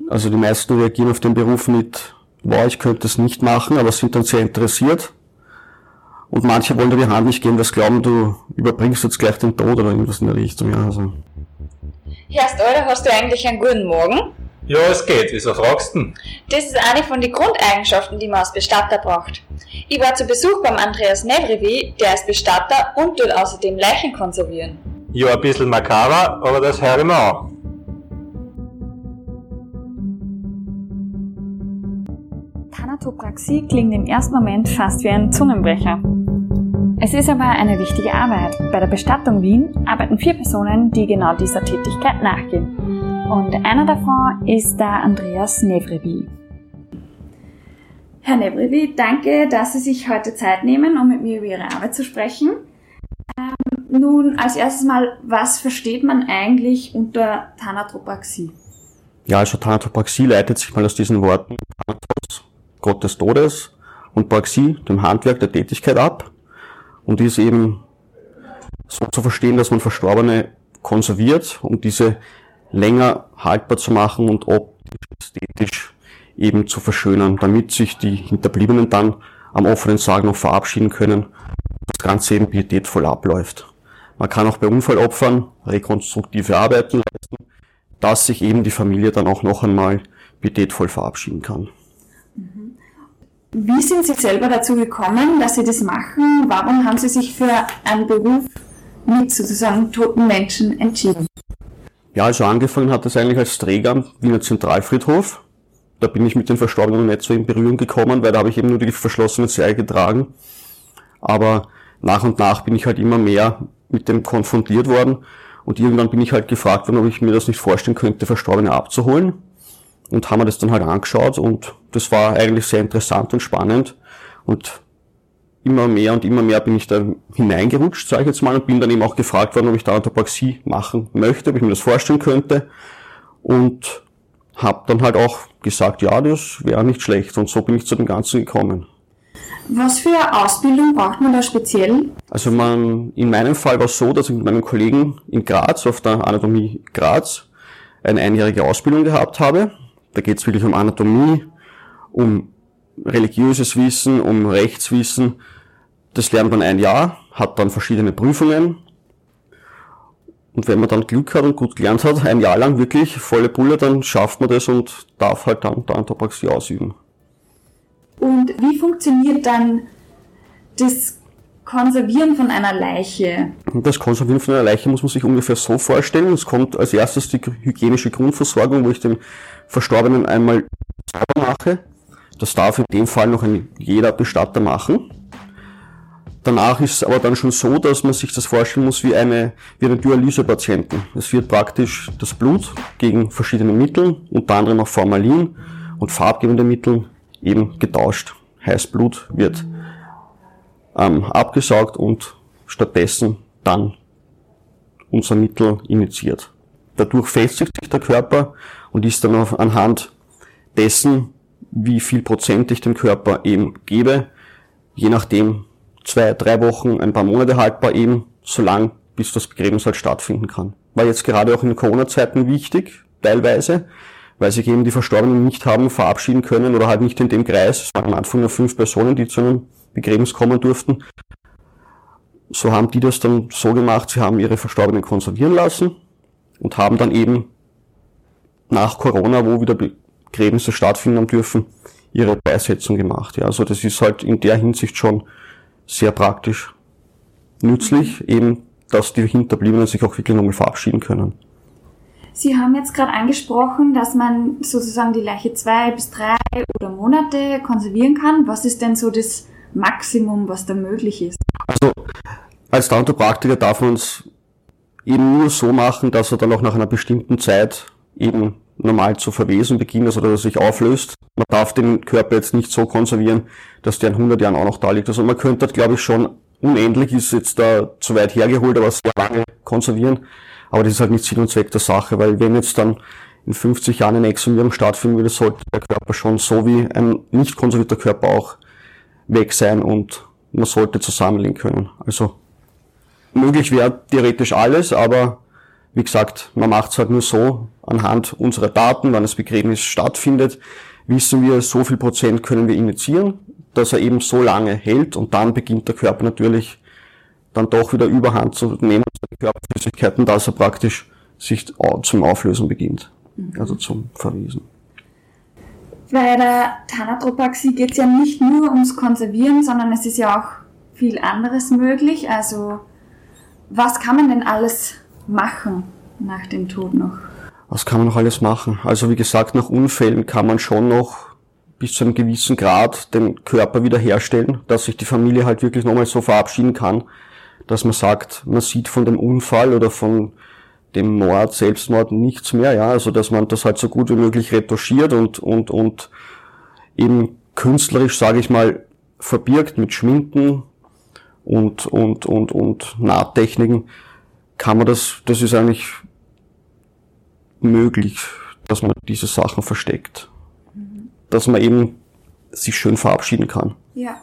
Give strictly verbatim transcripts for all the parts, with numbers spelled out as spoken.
Also die meisten reagieren auf den Beruf mit, wow, ich könnte es nicht machen, aber sind dann sehr interessiert. Und manche wollen dir die Hand nicht geben, das glauben, du überbringst jetzt gleich den Tod oder irgendwas in der Richtung. Ja, also. Herr Stoller, hast du eigentlich einen guten Morgen? Ja, es geht. Wieso fragst du denn? Das ist eine von den Grundeigenschaften, die man als Bestatter braucht. Ich war zu Besuch beim Andreas Nevrevi, der ist Bestatter und tut außerdem Leichen konservieren. Ja, ein bisschen makaber, aber das höre ich mir an. Thanatopraxie klingt im ersten Moment fast wie ein Zungenbrecher. Es ist aber eine wichtige Arbeit. Bei der Bestattung Wien arbeiten vier Personen, die genau dieser Tätigkeit nachgehen. Und einer davon ist der Andreas Nevrevi. Herr Nevrevi, danke, dass Sie sich heute Zeit nehmen, um mit mir über Ihre Arbeit zu sprechen. Ähm, nun, als erstes mal, was versteht man eigentlich unter Thanatopraxie? Ja, also Thanatopraxie leitet sich mal aus diesen Worten Thanatos, Gott des Todes, und Praxie, dem Handwerk der Tätigkeit, ab. Und ist eben so zu verstehen, dass man Verstorbene konserviert, um diese länger haltbar zu machen und optisch, ästhetisch eben zu verschönern, damit sich die Hinterbliebenen dann am offenen Sarg noch verabschieden können und das Ganze eben pietätvoll abläuft. Man kann auch bei Unfallopfern rekonstruktive Arbeiten leisten, dass sich eben die Familie dann auch noch einmal pietätvoll verabschieden kann. Wie sind Sie selber dazu gekommen, dass Sie das machen? Warum haben Sie sich für einen Beruf mit sozusagen toten Menschen entschieden? Ja, also angefangen hat es eigentlich als Träger am Wiener Zentralfriedhof. Da bin ich mit den Verstorbenen nicht so in Berührung gekommen, weil da habe ich eben nur die verschlossene Särge getragen. Aber nach und nach bin ich halt immer mehr mit dem konfrontiert worden. Und irgendwann bin ich halt gefragt worden, ob ich mir das nicht vorstellen könnte, Verstorbene abzuholen. Und haben wir das dann halt angeschaut und das war eigentlich sehr interessant und spannend. Und immer mehr und immer mehr bin ich da hineingerutscht, sage ich jetzt mal, und bin dann eben auch gefragt worden, ob ich Thanatopraxie machen möchte, ob ich mir das vorstellen könnte. Und habe dann halt auch gesagt, ja, das wäre nicht schlecht. Und so bin ich zu dem Ganzen gekommen. Was für eine Ausbildung braucht man da speziell? Also man, in meinem Fall war es so, dass ich mit meinem Kollegen in Graz, auf der Anatomie Graz, eine einjährige Ausbildung gehabt habe. Da geht es wirklich um Anatomie, um religiöses Wissen, um Rechtswissen. Das lernt man ein Jahr, hat dann verschiedene Prüfungen. Und wenn man dann Glück hat und gut gelernt hat, ein Jahr lang wirklich volle Pulle, dann schafft man das und darf halt dann Thanatopraxie ausüben. Und wie funktioniert dann das Konservieren von einer Leiche? Das Konservieren von einer Leiche muss man sich ungefähr so vorstellen. Es kommt als erstes die hygienische Grundversorgung, wo ich den Verstorbenen einmal sauber mache. Das darf in dem Fall noch ein jeder Bestatter machen. Danach ist es aber dann schon so, dass man sich das vorstellen muss wie eine, wie einen Dialysepatienten. Es wird praktisch das Blut gegen verschiedene Mittel, unter anderem auch Formalin und farbgebende Mittel, eben getauscht. Heißes Blut wird ähm, abgesaugt und stattdessen dann unser Mittel injiziert. Dadurch festigt sich der Körper und ist dann auch anhand dessen, wie viel Prozent ich dem Körper eben gebe, je nachdem zwei, drei Wochen, ein paar Monate haltbar eben, so lang, bis das Begräbnis halt stattfinden kann. War jetzt gerade auch in Corona-Zeiten wichtig, teilweise, weil sich eben die Verstorbenen nicht haben verabschieden können oder halt nicht in dem Kreis. Es waren am Anfang nur fünf Personen, die zu einem Begräbnis kommen durften. So haben die das dann so gemacht, sie haben ihre Verstorbenen konservieren lassen und haben dann eben nach Corona, wo wieder Begräbnisse stattfinden haben dürfen, ihre Beisetzung gemacht. Ja, also das ist halt in der Hinsicht schon sehr praktisch nützlich, eben, dass die Hinterbliebenen sich auch wirklich nochmal verabschieden können. Sie haben jetzt gerade angesprochen, dass man sozusagen die Leiche zwei bis drei oder Monate konservieren kann. Was ist denn so das Maximum, was da möglich ist? Also als Thanatopraktiker darf man es eben nur so machen, dass er dann auch nach einer bestimmten Zeit eben normal zu verwesen beginnt, also dass er sich auflöst. Man darf den Körper jetzt nicht so konservieren, dass der in hundert Jahren auch noch da liegt. Also man könnte, glaube ich, schon, unendlich ist jetzt da zu weit hergeholt, aber sehr lange konservieren. Aber das ist halt nicht Sinn und Zweck der Sache, weil wenn jetzt dann in fünfzig Jahren eine Exhumierung stattfinden würde, sollte der Körper schon so wie ein nicht konservierter Körper auch weg sein und man sollte zusammenlegen können. Also möglich wäre theoretisch alles, aber wie gesagt, man macht es halt nur so, anhand unserer Daten, wann das Begräbnis stattfindet, wissen wir, so viel Prozent können wir injizieren, dass er eben so lange hält und dann beginnt der Körper natürlich dann doch wieder Überhand zu nehmen, die Körperflüssigkeiten, dass er praktisch sich zum Auflösen beginnt, mhm. also zum Verwesen. Bei der Thanatopraxie geht es ja nicht nur ums Konservieren, sondern es ist ja auch viel anderes möglich. Also was kann man denn alles machen nach dem Tod noch? Was kann man noch alles machen? Also wie gesagt, nach Unfällen kann man schon noch bis zu einem gewissen Grad den Körper wiederherstellen, dass sich die Familie halt wirklich nochmal so verabschieden kann, dass man sagt, man sieht von dem Unfall oder von dem Mord, Selbstmord nichts mehr, ja, also dass man das halt so gut wie möglich retuschiert und und und eben künstlerisch, sage ich mal, verbirgt mit Schminken und und und und Nahttechniken, kann man das, das ist eigentlich möglich, dass man diese Sachen versteckt, mhm. dass man eben sich schön verabschieden kann. Ja.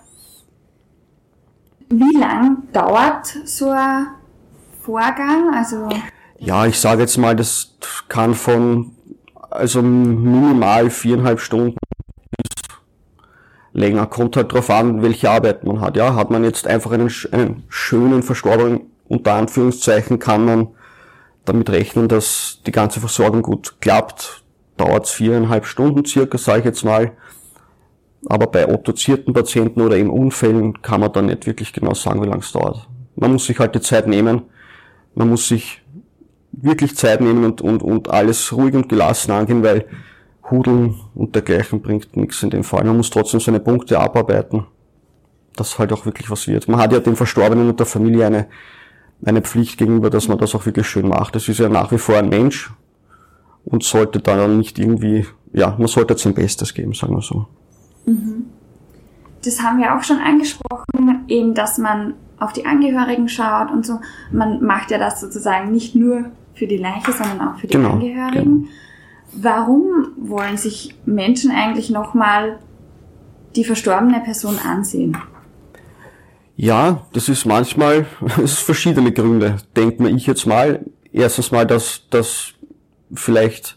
Wie lang dauert so ein Vorgang? Also ja, ich sage jetzt mal, das kann von also minimal viereinhalb Stunden bis länger. Kommt halt drauf an, welche Arbeit man hat. Ja, hat man jetzt einfach einen, einen schönen Verstorbenen, unter Anführungszeichen, kann man damit rechnen, dass die ganze Versorgung gut klappt. Dauert es viereinhalb Stunden circa, sage ich jetzt mal. Aber bei obduzierten Patienten oder in Unfällen kann man dann nicht wirklich genau sagen, wie lange es dauert. Man muss sich halt die Zeit nehmen. Man muss sich wirklich Zeit nehmen und, und, und alles ruhig und gelassen angehen, weil Hudeln und dergleichen bringt nichts in dem Fall. Man muss trotzdem seine Punkte abarbeiten, dass halt auch wirklich was wird. Man hat ja dem Verstorbenen und der Familie eine, eine Pflicht gegenüber, dass man das auch wirklich schön macht. Das ist ja nach wie vor ein Mensch und sollte dann nicht irgendwie, ja, man sollte sein Bestes geben, sagen wir so. Das haben wir auch schon angesprochen, eben, dass man auf die Angehörigen schaut und so. Man macht ja das sozusagen nicht nur für die Leiche, sondern auch für die genau, Angehörigen. Genau. Warum wollen sich Menschen eigentlich nochmal die verstorbene Person ansehen? Ja, das ist manchmal, es ist verschiedene Gründe, denkt man ich jetzt mal. Erstens mal, dass, dass vielleicht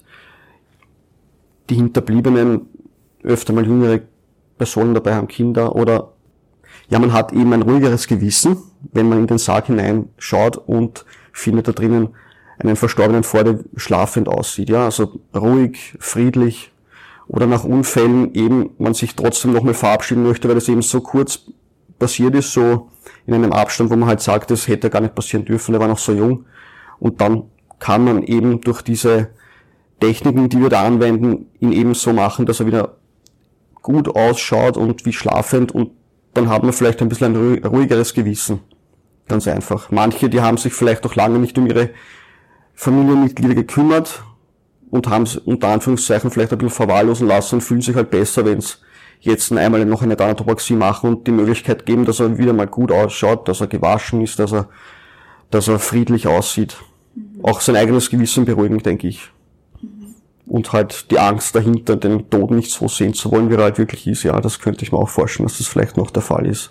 die Hinterbliebenen öfter mal jüngere Personen dabei haben, Kinder, oder ja, man hat eben ein ruhigeres Gewissen, wenn man in den Sarg hineinschaut und findet da drinnen einen Verstorbenen vor, der schlafend aussieht, ja, also ruhig, friedlich, oder nach Unfällen eben man sich trotzdem nochmal verabschieden möchte, weil das eben so kurz passiert ist, so in einem Abstand, wo man halt sagt, das hätte gar nicht passieren dürfen, der war noch so jung, und dann kann man eben durch diese Techniken, die wir da anwenden, ihn eben so machen, dass er wieder gut ausschaut und wie schlafend, und dann hat man vielleicht ein bisschen ein ruhigeres Gewissen. Ganz einfach. Manche, die haben sich vielleicht auch lange nicht um ihre Familienmitglieder gekümmert und haben es unter Anführungszeichen vielleicht ein bisschen verwahrlosen lassen und fühlen sich halt besser, wenn es jetzt einmal noch eine Thanatopraxie machen und die Möglichkeit geben, dass er wieder mal gut ausschaut, dass er gewaschen ist, dass er, dass er friedlich aussieht. Mhm. Auch sein eigenes Gewissen beruhigen, denke ich. Und halt die Angst dahinter, den Tod nicht so sehen zu wollen, wie er halt wirklich ist. Ja, das könnte ich mir auch vorstellen, dass das vielleicht noch der Fall ist.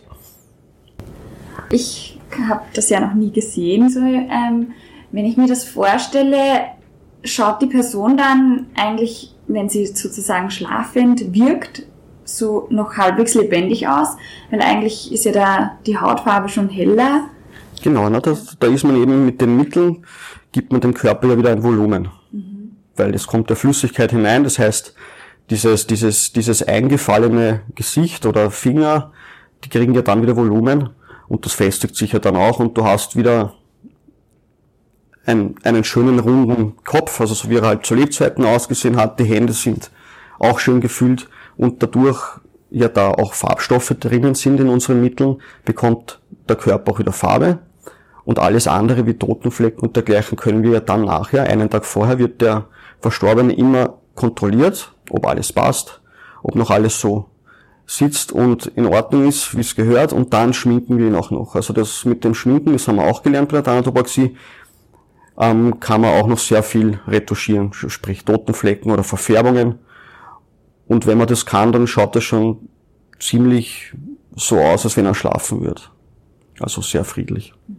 Ich habe das ja noch nie gesehen. So, ähm, wenn ich mir das vorstelle, schaut die Person dann eigentlich, wenn sie sozusagen schlafend wirkt, so noch halbwegs lebendig aus? Weil eigentlich ist ja da die Hautfarbe schon heller. Genau, na, das, da ist man eben mit den Mitteln, gibt man dem Körper ja wieder ein Volumen. Mhm. Weil es kommt der Flüssigkeit hinein, das heißt, dieses, dieses, dieses eingefallene Gesicht oder Finger, die kriegen ja dann wieder Volumen und das festigt sich ja dann auch und du hast wieder einen, einen schönen runden Kopf, also so wie er halt zu Lebzeiten ausgesehen hat, die Hände sind auch schön gefüllt und dadurch ja da auch Farbstoffe drinnen sind in unseren Mitteln, bekommt der Körper auch wieder Farbe. Und alles andere wie Totenflecken und dergleichen können wir ja dann nachher, einen Tag vorher, wird der Verstorbene immer kontrolliert, ob alles passt, ob noch alles so sitzt und in Ordnung ist, wie es gehört, und dann schminken wir ihn auch noch. Also das mit dem Schminken, das haben wir auch gelernt bei der Thanatopraxie, ähm, kann man auch noch sehr viel retuschieren, sprich Totenflecken oder Verfärbungen. Und wenn man das kann, dann schaut das schon ziemlich so aus, als wenn er schlafen wird. Also sehr friedlich.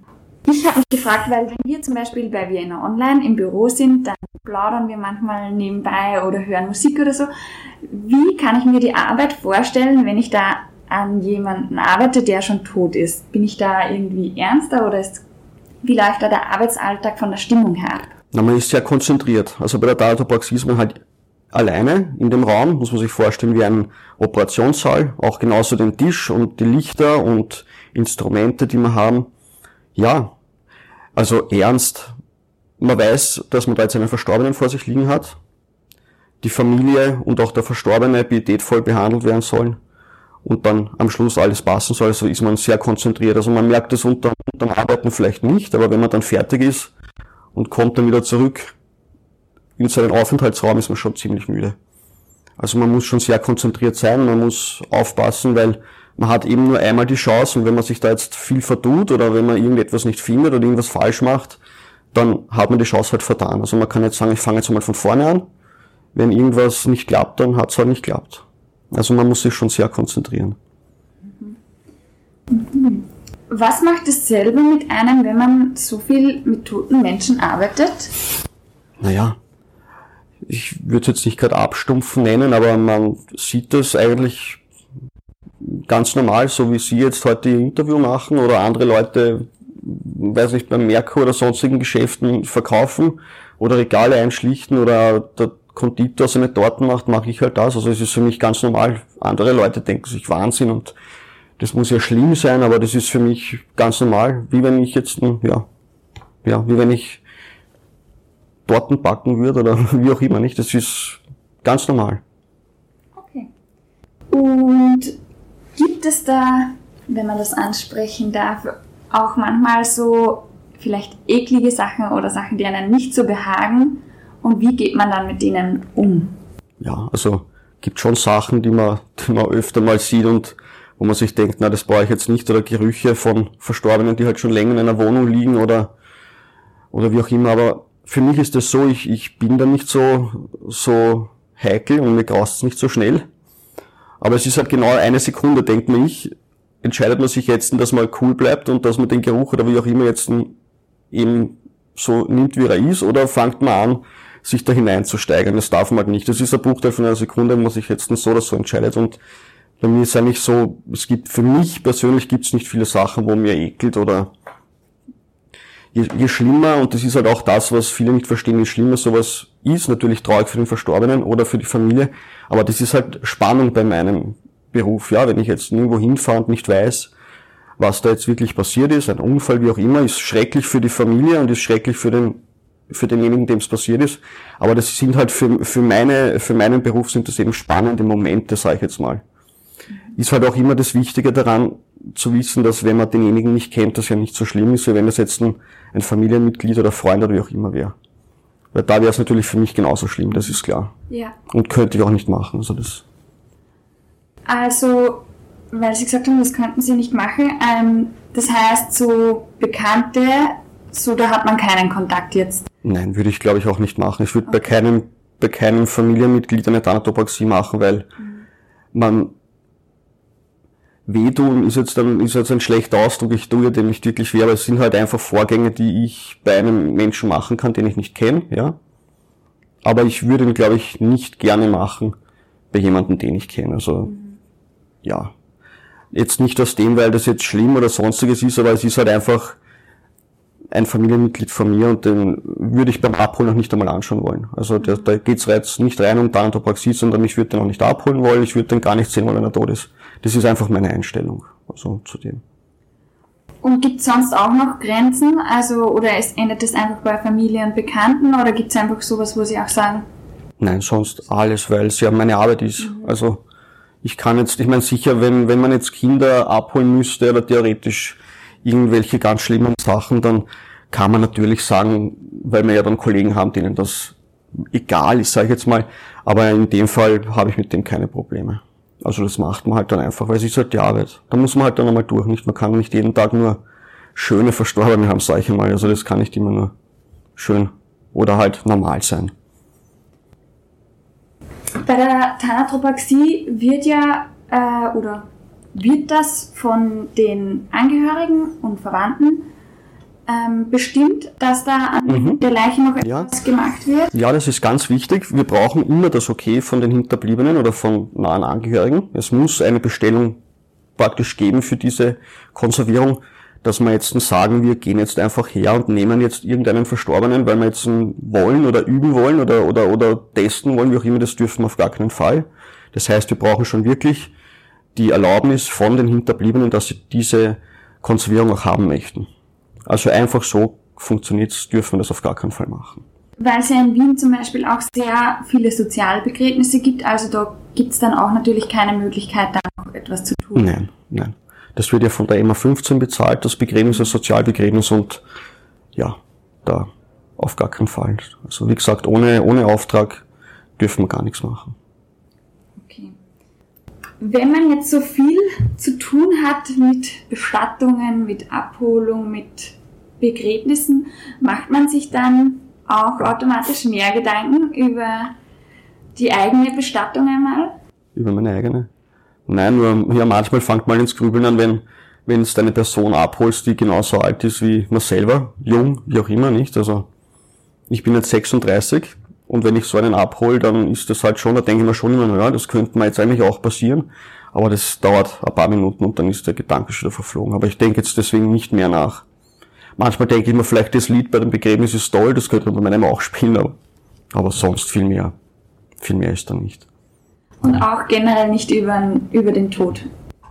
Ich habe mich gefragt, weil wenn wir zum Beispiel bei Vienna Online im Büro sind, dann plaudern wir manchmal nebenbei oder hören Musik oder so. Wie kann ich mir die Arbeit vorstellen, wenn ich da an jemanden arbeite, der schon tot ist? Bin ich da irgendwie ernster oder ist, wie läuft da der Arbeitsalltag von der Stimmung her ab? Na, man ist sehr konzentriert. Also bei der Thanatopraxie ist man halt alleine in dem Raum, muss man sich vorstellen wie ein Operationssaal, auch genauso den Tisch und die Lichter und Instrumente, die wir haben. Ja, also ernst. Man weiß, dass man da jetzt einen Verstorbenen vor sich liegen hat. Die Familie und auch der Verstorbene pietätvoll behandelt werden sollen und dann am Schluss alles passen soll. Also ist man sehr konzentriert. Also man merkt das unter, unterm Arbeiten vielleicht nicht, aber wenn man dann fertig ist und kommt dann wieder zurück in seinen Aufenthaltsraum, ist man schon ziemlich müde. Also man muss schon sehr konzentriert sein, man muss aufpassen, weil man hat eben nur einmal die Chance und wenn man sich da jetzt viel vertut oder wenn man irgendetwas nicht findet oder irgendwas falsch macht, dann hat man die Chance halt vertan. Also man kann jetzt sagen, ich fange jetzt mal von vorne an. Wenn irgendwas nicht klappt, dann hat es halt nicht geklappt. Also man muss sich schon sehr konzentrieren. Was macht es selber mit einem, wenn man so viel mit toten Menschen arbeitet? Naja, ich würde es jetzt nicht gerade abstumpfen nennen, aber man sieht das eigentlich ganz normal, so wie Sie jetzt heute Ihr Interview machen oder andere Leute, weiß nicht, beim Merkur oder sonstigen Geschäften verkaufen oder Regale einschlichten oder der Konditor seine Torten macht, mache ich halt das. Also es ist für mich ganz normal. Andere Leute denken sich Wahnsinn und das muss ja schlimm sein, aber das ist für mich ganz normal. Wie wenn ich jetzt, ja, ja, wie wenn ich Torten backen würde oder wie auch immer nicht. Das ist ganz normal. Okay. Und gibt es da, wenn man das ansprechen darf, auch manchmal so vielleicht eklige Sachen oder Sachen, die einem nicht so behagen? Und wie geht man dann mit denen um? Ja, also gibt schon Sachen, die man, die man öfter mal sieht und wo man sich denkt, na, das brauche ich jetzt nicht, oder Gerüche von Verstorbenen, die halt schon länger in einer Wohnung liegen oder oder wie auch immer. Aber für mich ist das so, ich ich bin da nicht so so heikel und mir graust es nicht so schnell. Aber es ist halt genau eine Sekunde, denkt man, ich entscheidet man sich jetzt, dass man cool bleibt und dass man den Geruch oder wie auch immer jetzt eben so nimmt, wie er ist, oder fängt man an, sich da hineinzusteigern. Das darf man halt nicht. Das ist ein Bruchteil von einer Sekunde, wo man sich jetzt so oder so entscheidet. Und bei mir ist eigentlich so, es gibt, für mich persönlich gibt es nicht viele Sachen, wo mir ekelt oder je, je schlimmer, und das ist halt auch das, was viele nicht verstehen, je schlimmer sowas ist, natürlich traurig für den Verstorbenen oder für die Familie, aber das ist halt Spannung bei meinem Beruf. Ja, wenn ich jetzt nirgendwo hinfahre und nicht weiß, was da jetzt wirklich passiert ist, ein Unfall, wie auch immer, ist schrecklich für die Familie und ist schrecklich für den für denjenigen, dem es passiert ist. Aber das sind halt für für meine für meinen Beruf sind das eben spannende Momente, sage ich jetzt mal. Ist halt auch immer das Wichtige daran zu wissen, dass wenn man denjenigen nicht kennt, das ja nicht so schlimm ist, wie wenn das jetzt ein, ein Familienmitglied oder Freund oder wie auch immer wäre. Weil da wäre es natürlich für mich genauso schlimm, das ist klar. Ja. Und könnte ich auch nicht machen. Also das. Also, weil Sie gesagt haben, das könnten Sie nicht machen. Ähm, das heißt, so Bekannte, so da hat man keinen Kontakt jetzt. Nein, würde ich glaube ich auch nicht machen. Ich würde okay. bei keinem bei keinem Familienmitglied eine Thanatopraxie machen, weil mhm. man wehtun ist jetzt dann ist jetzt ein schlechter Ausdruck. Ich tue dem nicht wirklich weh, aber es sind halt einfach Vorgänge, die ich bei einem Menschen machen kann, den ich nicht kenne, ja. Aber ich würde ihn glaube ich nicht gerne machen bei jemandem, den ich kenne. Also mhm. ja, jetzt nicht aus dem, weil das jetzt schlimm oder sonstiges ist, aber es ist halt einfach ein Familienmitglied von mir und den würde ich beim Abholen noch nicht einmal anschauen wollen. Also der, da geht's jetzt nicht rein um Thanatopraxie, sondern ich würde den auch nicht abholen wollen, ich würde den gar nicht sehen wollen, wenn er tot ist. Das ist einfach meine Einstellung, also zu dem. Und gibt's sonst auch noch Grenzen? Also, oder es endet es einfach bei Familie und Bekannten, oder gibt's einfach sowas, wo Sie auch sagen? Nein, sonst alles, weil es ja meine Arbeit ist. Mhm. Also ich kann jetzt, ich meine sicher, wenn wenn man jetzt Kinder abholen müsste oder theoretisch irgendwelche ganz schlimmen Sachen, dann kann man natürlich sagen, weil wir ja dann Kollegen haben, denen das egal ist, sage ich jetzt mal, aber in dem Fall habe ich mit dem keine Probleme. Also das macht man halt dann einfach, weil es ist halt die Arbeit. Da muss man halt dann einmal durch, nicht? Man kann nicht jeden Tag nur schöne Verstorbene haben, sage ich mal. Also das kann nicht immer nur schön oder halt normal sein. Bei der Thanatopraxie wird ja, äh, oder wird das von den Angehörigen und Verwandten ähm, bestimmt, dass da an Mhm. der Leiche noch Ja. etwas gemacht wird? Ja, das ist ganz wichtig. Wir brauchen immer das Okay von den Hinterbliebenen oder von nahen Angehörigen. Es muss eine Bestellung praktisch geben für diese Konservierung, dass wir jetzt sagen, wir gehen jetzt einfach her und nehmen jetzt irgendeinen Verstorbenen, weil wir jetzt wollen oder üben wollen oder, oder, oder testen wollen, wie auch immer, das dürfen wir auf gar keinen Fall. Das heißt, wir brauchen schon wirklich die Erlaubnis von den Hinterbliebenen, dass sie diese Konservierung auch haben möchten. Also einfach so funktioniert's, dürfen wir das auf gar keinen Fall machen. Weil es ja in Wien zum Beispiel auch sehr viele Sozialbegräbnisse gibt, also da gibt es dann auch natürlich keine Möglichkeit, da noch etwas zu tun. Nein, nein. Das wird ja von der E M A fünfzehn bezahlt, das Begräbnis, das Sozialbegräbnis und ja, da auf gar keinen Fall. Also wie gesagt, ohne, ohne Auftrag dürfen wir gar nichts machen. Okay. Wenn man jetzt so viel zu tun hat mit Bestattungen, mit Abholung, mit Begräbnissen, macht man sich dann auch automatisch mehr Gedanken über die eigene Bestattung einmal? Über meine eigene? Nein, nur ja, manchmal fängt man ins Grübeln an, wenn wenn es eine Person abholst, die genauso alt ist wie man selber, jung, wie auch immer, nicht? Also ich bin jetzt sechsunddreißig und wenn ich so einen abhole, dann ist das halt schon, da denke ich mir schon immer, ja, das könnte mir jetzt eigentlich auch passieren, aber das dauert ein paar Minuten und dann ist der Gedanke schon wieder verflogen. Aber ich denke jetzt deswegen nicht mehr nach. Manchmal denke ich mir, vielleicht das Lied bei dem Begräbnis ist toll, das könnte man bei meinem auch spielen, aber, aber sonst viel mehr, viel mehr ist da nicht. Und auch generell nicht über, über den Tod?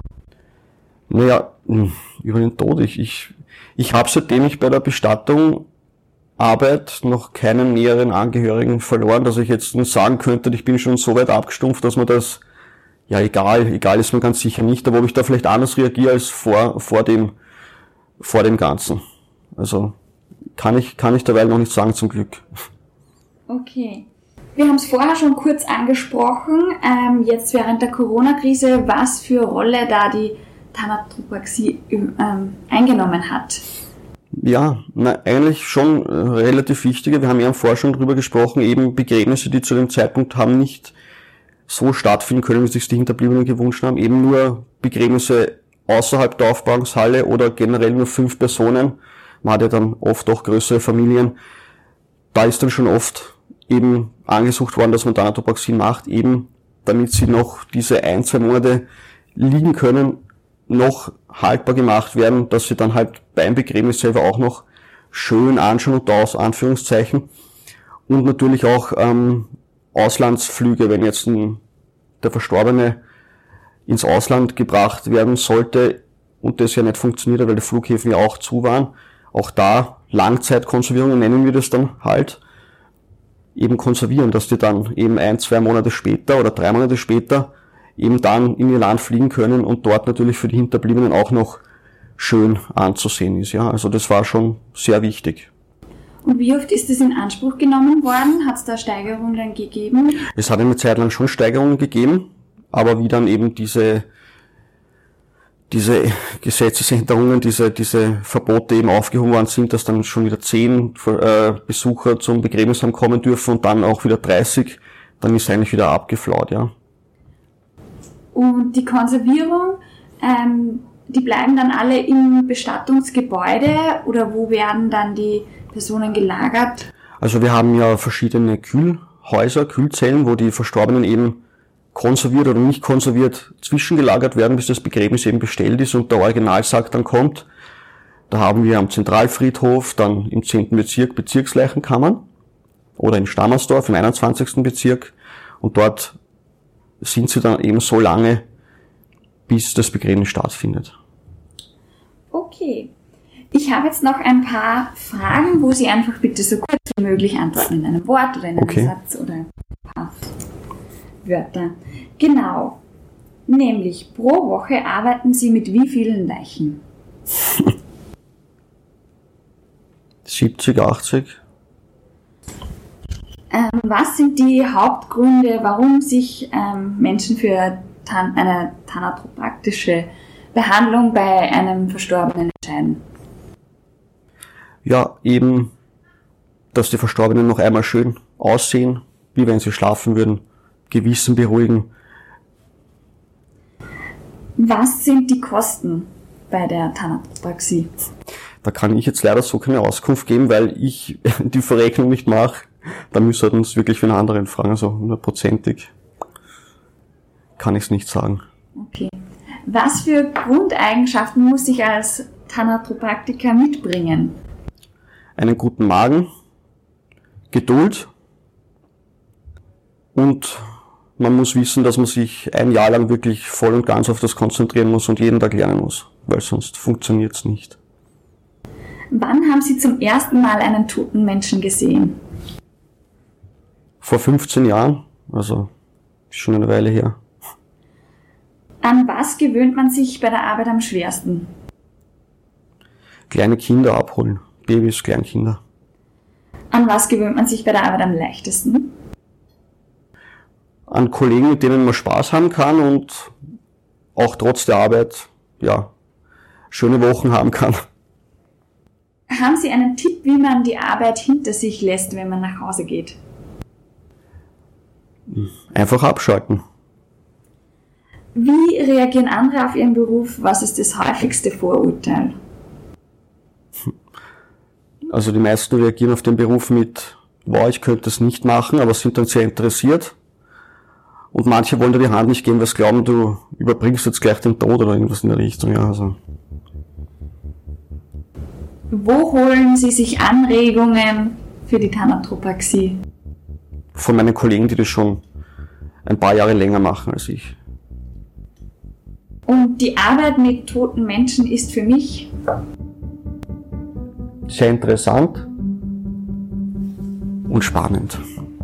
Naja, über den Tod. Ich, ich, ich habe, seitdem ich bei der Bestattung arbeite, noch keinen näheren Angehörigen verloren, dass ich jetzt sagen könnte, ich bin schon so weit abgestumpft, dass man das, ja egal, egal ist mir ganz sicher nicht, aber ob ich da vielleicht anders reagiere als vor, vor dem, vor dem Ganzen. Also kann ich, kann ich derweil noch nicht sagen, zum Glück. Okay. Wir haben es vorher schon kurz angesprochen, ähm, jetzt während der Corona-Krise, was für Rolle da die Thanatopraxie ähm, eingenommen hat. Ja, na, eigentlich schon äh, relativ wichtige. Wir haben ja im Forschung drüber gesprochen, eben Begräbnisse, die zu dem Zeitpunkt haben nicht so stattfinden können, wie sich die Hinterbliebenen gewünscht haben. Eben nur Begräbnisse außerhalb der Aufbahrungshalle oder generell nur fünf Personen. Man hat ja dann oft auch größere Familien. Da ist dann schon oft eben angesucht worden, dass man Thanatopraxie macht, eben damit sie noch diese ein, zwei Monate liegen können, noch haltbar gemacht werden, dass sie dann halt beim Begräbnis selber auch noch schön anschauen und aus Anführungszeichen. Und natürlich auch ähm, Auslandsflüge, wenn jetzt ein, der Verstorbene ins Ausland gebracht werden sollte und das ja nicht funktioniert hat, weil die Flughäfen ja auch zu waren. Auch da Langzeitkonservierung nennen wir das dann halt. Eben konservieren, dass die dann eben ein, zwei Monate später oder drei Monate später eben dann in ihr Land fliegen können und dort natürlich für die Hinterbliebenen auch noch schön anzusehen ist. Ja, also das war schon sehr wichtig. Und wie oft ist das in Anspruch genommen worden? Hat es da Steigerungen dann gegeben? Es hat eine Zeit lang schon Steigerungen gegeben, aber wie dann eben diese diese Gesetzesänderungen, diese diese Verbote eben aufgehoben worden sind, dass dann schon wieder zehn äh, Besucher zum Begräbnisheim kommen dürfen und dann auch wieder dreißig, dann ist eigentlich wieder abgeflaut, ja. Und die Konservierung, ähm, die bleiben dann alle im Bestattungsgebäude oder wo werden dann die Personen gelagert? Also wir haben ja verschiedene Kühlhäuser, Kühlzellen, wo die Verstorbenen eben konserviert oder nicht konserviert zwischengelagert werden, bis das Begräbnis eben bestellt ist und der Originalsarg dann kommt. Da haben wir am Zentralfriedhof, dann im zehnten Bezirk Bezirksleichenkammern oder in Stammersdorf im einundzwanzigsten Bezirk und dort sind sie dann eben so lange, bis das Begräbnis stattfindet. Okay. Ich habe jetzt noch ein paar Fragen, wo Sie einfach bitte so kurz wie möglich antworten in einem Wort oder in einem Okay. Satz oder ein paar Wörter. Genau. Nämlich, pro Woche arbeiten Sie mit wie vielen Leichen? siebzig, achtzig. Ähm, was sind die Hauptgründe, warum sich ähm, Menschen für Tan- eine thanatopraktische Behandlung bei einem Verstorbenen entscheiden? Ja, eben, dass die Verstorbenen noch einmal schön aussehen, wie wenn sie schlafen würden, Gewissen beruhigen. Was sind die Kosten bei der Thanatopraxie? Da kann ich jetzt leider so keine Auskunft geben, weil ich die Verrechnung nicht mache. Da müssen wir uns wirklich für einen anderen fragen, also hundertprozentig kann ich es nicht sagen. Okay. Was für Grundeigenschaften muss ich als Thanatopraktiker mitbringen? Einen guten Magen, Geduld und man muss wissen, dass man sich ein Jahr lang wirklich voll und ganz auf das konzentrieren muss und jeden Tag lernen muss, weil sonst funktioniert es nicht. Wann haben Sie zum ersten Mal einen toten Menschen gesehen? Vor fünfzehn Jahren, also schon eine Weile her. An was gewöhnt man sich bei der Arbeit am schwersten? Kleine Kinder abholen, Babys, Kleinkinder. An was gewöhnt man sich bei der Arbeit am leichtesten? An Kollegen, mit denen man Spaß haben kann und auch trotz der Arbeit, ja, schöne Wochen haben kann. Haben Sie einen Tipp, wie man die Arbeit hinter sich lässt, wenn man nach Hause geht? Einfach abschalten. Wie reagieren andere auf Ihren Beruf? Was ist das häufigste Vorurteil? Also die meisten reagieren auf den Beruf mit, wow, ich könnte das nicht machen, aber sind dann sehr interessiert. Und manche wollen dir die Hand nicht geben, weil sie glauben, du überbringst jetzt gleich den Tod oder irgendwas in der Richtung. Ja, also. Wo holen Sie sich Anregungen für die Thanatopraxie? Von meinen Kollegen, die das schon ein paar Jahre länger machen als ich. Und die Arbeit mit toten Menschen ist für mich sehr interessant und spannend.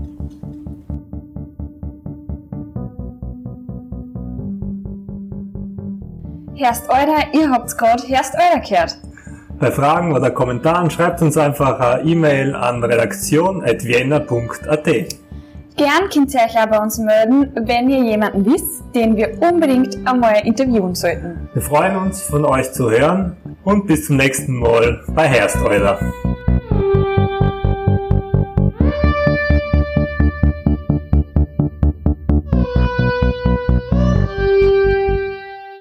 Herst Euder, ihr habt's grad Herst Euder gehört. Bei Fragen oder Kommentaren schreibt uns einfach eine E-Mail an redaktion at vienna punkt a t. Gern könnt ihr euch auch bei uns melden, wenn ihr jemanden wisst, den wir unbedingt einmal interviewen sollten. Wir freuen uns, von euch zu hören und bis zum nächsten Mal bei Herst Euder.